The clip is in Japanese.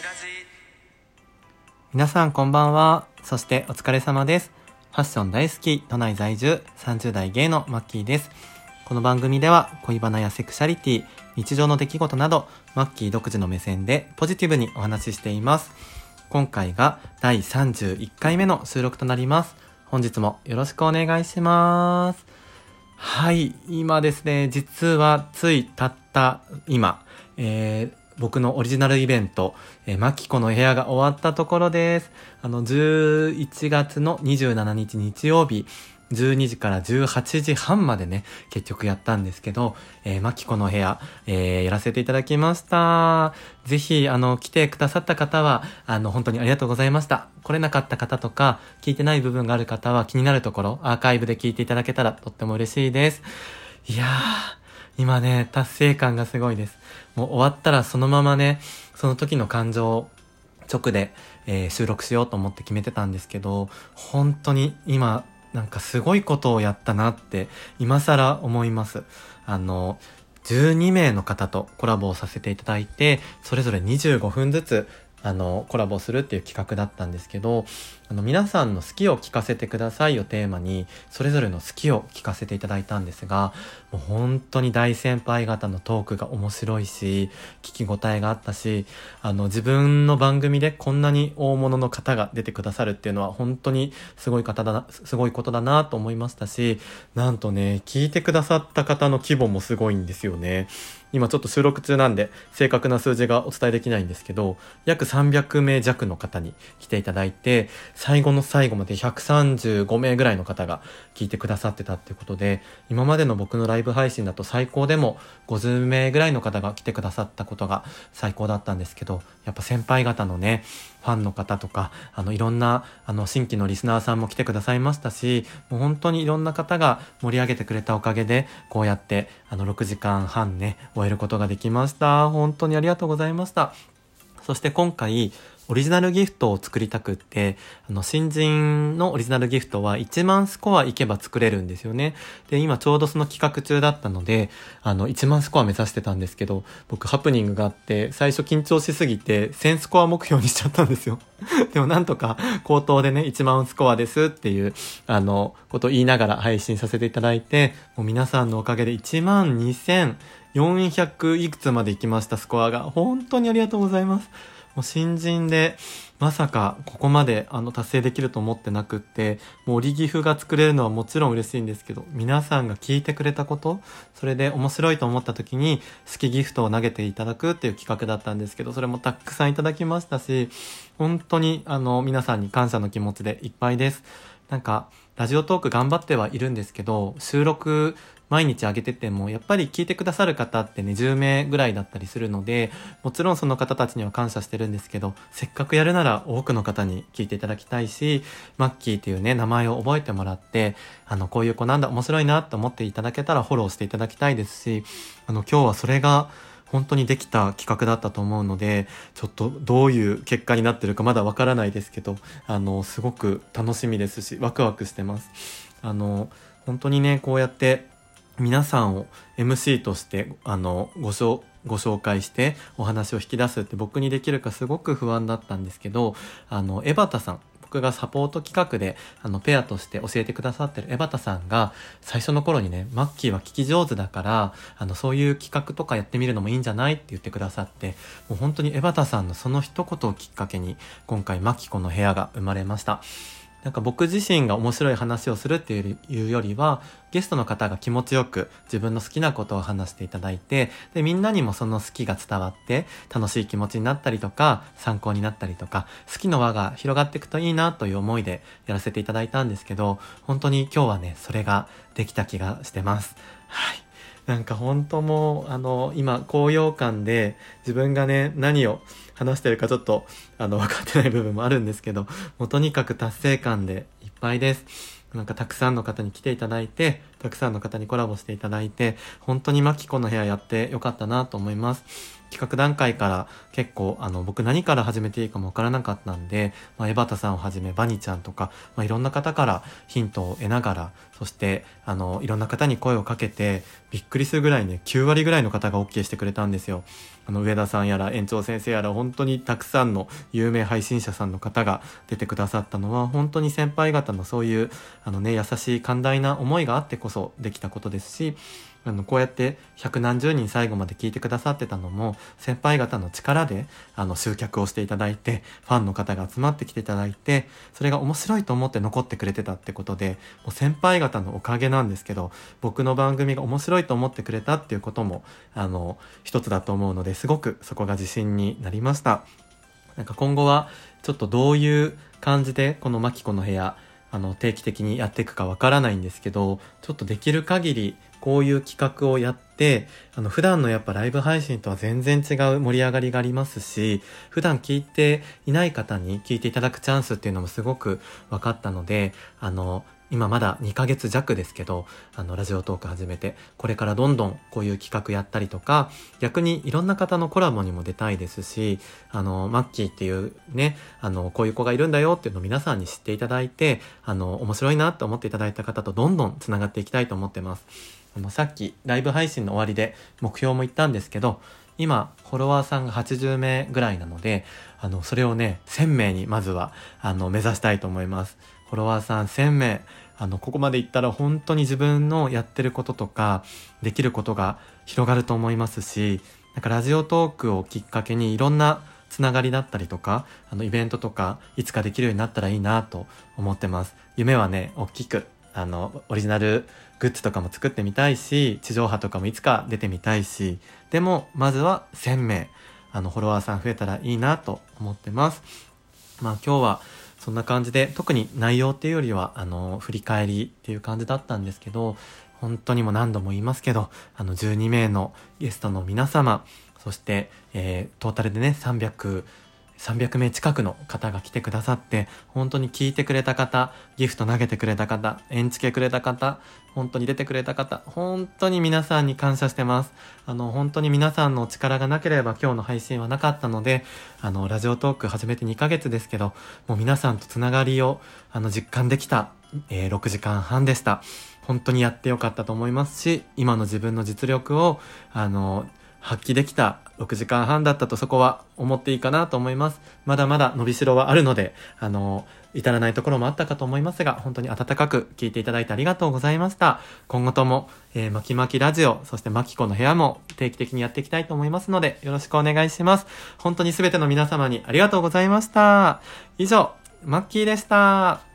ラジ。 皆さんこんばんは。そしてお疲れ様です。ファッション大好き、都内在住30代ゲイのマッキーです。この番組では恋バナやセクシャリティ、日常の出来事などマッキー独自の目線でポジティブにお話ししています。今回が第31回目の収録となります。本日もよろしくお願いします。はい、今ですね、実はついたった今、僕のオリジナルイベント、マキコの部屋が終わったところです。11月の27日日曜日、12時から18時半までね、結局やったんですけど、マキコの部屋、やらせていただきました。ぜひ、来てくださった方は、本当にありがとうございました。来れなかった方とか、聞いてない部分がある方は気になるところ、アーカイブで聞いていただけたらとっても嬉しいです。いやー、今ね、達成感がすごいです。もう終わったらそのままね、その時の感情を直で、収録しようと思って決めてたんですけど、本当に今、なんかすごいことをやったなって今更思います。12名の方とコラボをさせていただいて、それぞれ25分ずつコラボするっていう企画だったんですけど、皆さんの好きを聞かせてくださいをテーマに、それぞれの好きを聞かせていただいたんですが、もう本当に大先輩方のトークが面白いし、聞き応えがあったし、自分の番組でこんなに大物の方が出てくださるっていうのは本当にすごいことだなと思いましたし、なんとね、聞いてくださった方の規模もすごいんですよね。今ちょっと収録中なんで正確な数字がお伝えできないんですけど、約300名弱の方に来ていただいて、最後の最後まで135名ぐらいの方が聞いてくださってたってことで、今までの僕のライブ配信だと最高でも50名ぐらいの方が来てくださったことが最高だったんですけど、やっぱ先輩方のね、ファンの方とか、いろんな新規のリスナーさんも来てくださいましたし、もう本当にいろんな方が盛り上げてくれたおかげで、こうやって6時間半ね、終えることができました。本当にありがとうございました。そして今回オリジナルギフトを作りたくって、新人のオリジナルギフトは1万スコアいけば作れるんですよね。で、今ちょうどその企画中だったので、1万スコア目指してたんですけど、僕ハプニングがあって、最初緊張しすぎて1000スコア目標にしちゃったんですよ。でもなんとか口頭でね、1万スコアですっていう、ことを言いながら配信させていただいて、もう皆さんのおかげで1万2400いくつまで行きました。スコアが。本当にありがとうございます。もう新人でまさかここまで達成できると思ってなくって、もうオリギフが作れるのはもちろん嬉しいんですけど、皆さんが聞いてくれたこと、それで面白いと思った時に好きギフトを投げていただくっていう企画だったんですけど、それもたくさんいただきましたし、本当に皆さんに感謝の気持ちでいっぱいです。なんかラジオトーク頑張ってはいるんですけど、収録毎日上げててもやっぱり聞いてくださる方ってね、10名ぐらいだったりするので、もちろんその方たちには感謝してるんですけど、せっかくやるなら多くの方に聞いていただきたいし、マッキーっていうね、名前を覚えてもらって、こういう子なんだ、面白いなと思っていただけたらフォローしていただきたいですし、今日はそれが本当にできた企画だったと思うので、ちょっとどういう結果になってるかまだわからないですけど、すごく楽しみですし、ワクワクしてます。本当にね、こうやって皆さんを MC としてご紹介してお話を引き出すって僕にできるかすごく不安だったんですけど、江端さん、僕がサポート企画でペアとして教えてくださってる江端さんが最初の頃にね、マッキーは聞き上手だからそういう企画とかやってみるのもいいんじゃないって言ってくださって、もう本当に江端さんのその一言をきっかけに今回マキコの部屋が生まれました。なんか僕自身が面白い話をするっていうよりは、ゲストの方が気持ちよく自分の好きなことを話していただいて、でみんなにもその好きが伝わって楽しい気持ちになったりとか、参考になったりとか、好きの輪が広がっていくといいなという思いでやらせていただいたんですけど、本当に今日はね、それができた気がしてます。はい。なんか本当もう今高揚感で自分がね、何を話してるかちょっと分かってない部分もあるんですけど、もうとにかく達成感でいっぱいです。なんかたくさんの方に来ていただいてたくさんの方にコラボしていただいて、本当にマキコの部屋やってよかったなと思います。企画段階から結構僕何から始めていいかもわからなかったんで、江端さんをはじめバニちゃんとか、いろんな方からヒントを得ながら、そしていろんな方に声をかけて、びっくりするぐらいね、9割ぐらいの方が OK してくれたんですよ。上田さんやら園長先生やら、本当にたくさんの有名配信者さんの方が出てくださったのは、本当に先輩方のそういう優しい寛大な思いがあってこそできたことですし、こうやって百何十人最後まで聞いてくださってたのも先輩方の力で集客をしていただいて、ファンの方が集まってきていただいて、それが面白いと思って残ってくれてたってことで、もう先輩方のおかげなんですけど、僕の番組が面白いと思ってくれたっていうことも一つだと思うので、すごくそこが自信になりました。なんか今後はちょっとどういう感じでこのマキコの部屋定期的にやっていくかわからないんですけど、ちょっとできる限りこういう企画をやって、普段のやっぱライブ配信とは全然違う盛り上がりがありますし、普段聞いていない方に聞いていただくチャンスっていうのもすごく分かったので、今まだ2ヶ月弱ですけど、ラジオトーク始めて、これからどんどんこういう企画やったりとか、逆にいろんな方のコラボにも出たいですし、マッキーっていうね、こういう子がいるんだよっていうのを皆さんに知っていただいて、面白いなと思っていただいた方とどんどんつながっていきたいと思ってます。さっきライブ配信の終わりで目標も言ったんですけど、今フォロワーさんが80名ぐらいなので、それをね1000名にまずは目指したいと思います。フォロワーさん1000名、ここまでいったら本当に自分のやってることとかできることが広がると思いますし、なんかラジオトークをきっかけにいろんなつながりだったりとかイベントとかいつかできるようになったらいいなと思ってます。夢はね大きくオリジナルグッズとかも作ってみたいし、地上波とかもいつか出てみたいし、でもまずは1000名フォロワーさん増えたらいいなと思ってます。今日はそんな感じで、特に内容っていうよりは振り返りっていう感じだったんですけど、本当にも何度も言いますけど12名のゲストの皆様、そして、トータルでね300名近くの方が来てくださって、本当に聞いてくれた方、ギフト投げてくれた方、縁付けくれた方、本当に出てくれた方、本当に皆さんに感謝してます。本当に皆さんのお力がなければ今日の配信はなかったので、ラジオトーク始めて2ヶ月ですけど、もう皆さんとつながりを実感できた、6時間半でした。本当にやってよかったと思いますし、今の自分の実力を発揮できた6時間半だったと、そこは思っていいかなと思います。まだまだ伸びしろはあるので、至らないところもあったかと思いますが、本当に温かく聞いていただいてありがとうございました。今後とも、まきまきラジオ、そしてマキコの部屋も定期的にやっていきたいと思いますので、よろしくお願いします。本当にすべての皆様にありがとうございました。以上、マッキーでした。